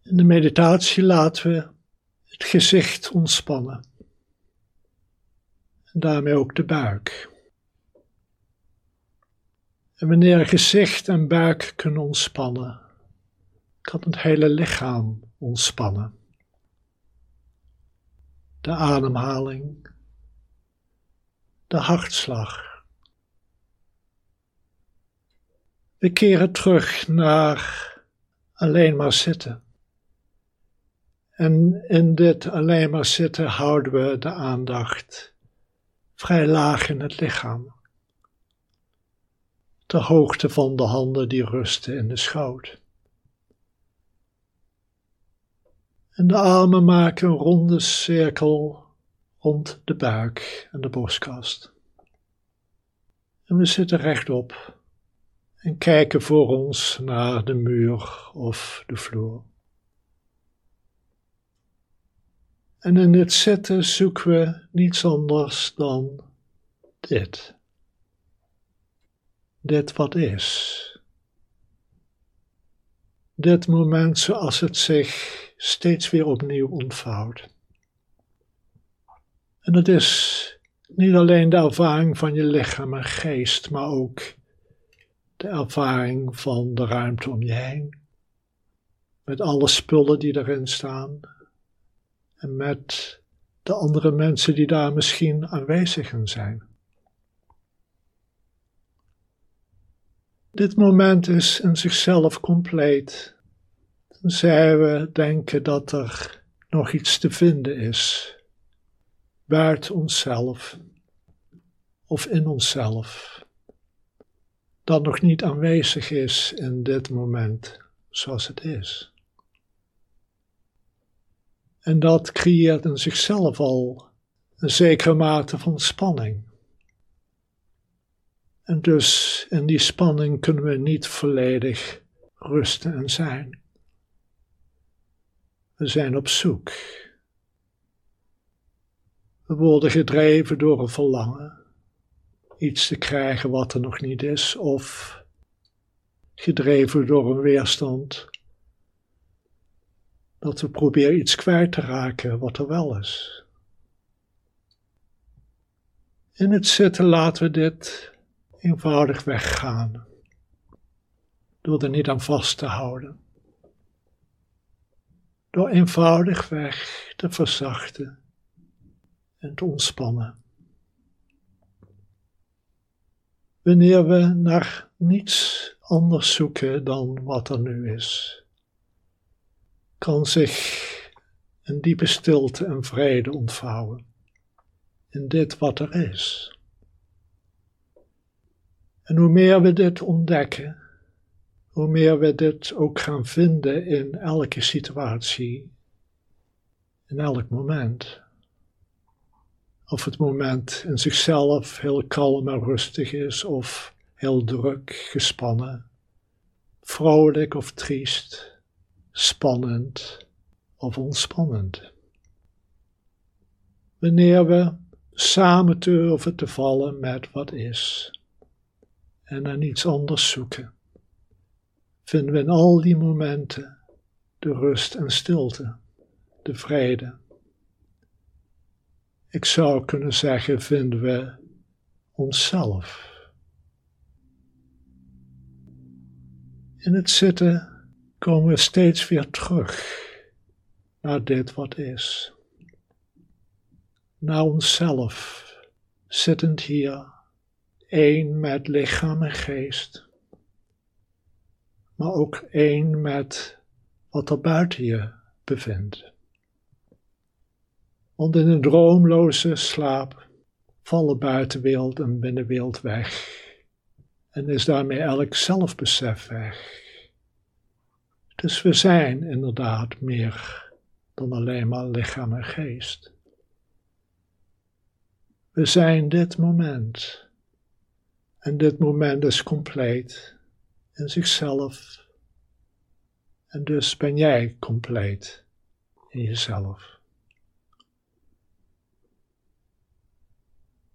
In de meditatie laten we het gezicht ontspannen. En daarmee ook de buik. En wanneer gezicht en buik kunnen ontspannen, kan het hele lichaam ontspannen. De ademhaling, de hartslag. We keren terug naar alleen maar zitten. En in dit alleen maar zitten houden we de aandacht vrij laag in het lichaam. Ter hoogte van de handen die rusten in de schoot. En de armen maken een ronde cirkel rond de buik en de borstkast. En we zitten rechtop en kijken voor ons naar de muur of de vloer. En in dit zitten zoeken we niets anders dan dit. Dit wat is. Dit moment zoals het zich steeds weer opnieuw ontvouwt. En het is niet alleen de ervaring van je lichaam en geest, maar ook de ervaring van de ruimte om je heen. Met alle spullen die erin staan. En met de andere mensen die daar misschien aanwezig in zijn. Dit moment is in zichzelf compleet, tenzij we denken dat er nog iets te vinden is, buiten onszelf of in onszelf, dat nog niet aanwezig is in dit moment zoals het is. En dat creëert in zichzelf al een zekere mate van spanning. En dus in die spanning kunnen we niet volledig rusten en zijn. We zijn op zoek. We worden gedreven door een verlangen, iets te krijgen wat er nog niet is, of gedreven door een weerstand, dat we proberen iets kwijt te raken wat er wel is. In het zitten laten we dit eenvoudig weggaan, door er niet aan vast te houden. Door eenvoudigweg te verzachten en te ontspannen. Wanneer we naar niets anders zoeken dan wat er nu is, kan zich een diepe stilte en vrede ontvouwen in dit wat er is. En hoe meer we dit ontdekken, hoe meer we dit ook gaan vinden in elke situatie, in elk moment. Of het moment in zichzelf heel kalm en rustig is, of heel druk, gespannen, vrolijk of triest, spannend of ontspannend. Wanneer we samen durven te vallen met wat is en naar niets anders zoeken, vinden we in al die momenten de rust en stilte, de vrede. Ik zou kunnen zeggen, vinden we onszelf. In het zitten komen we steeds weer terug naar dit wat is. Naar onszelf, zittend hier, één met lichaam en geest, maar ook één met wat er buiten je bevindt. Want in een droomloze slaap vallen buitenwereld en binnenwereld weg en is daarmee elk zelfbesef weg. Dus we zijn inderdaad meer dan alleen maar lichaam en geest. We zijn dit moment. En dit moment is compleet in zichzelf. En dus ben jij compleet in jezelf.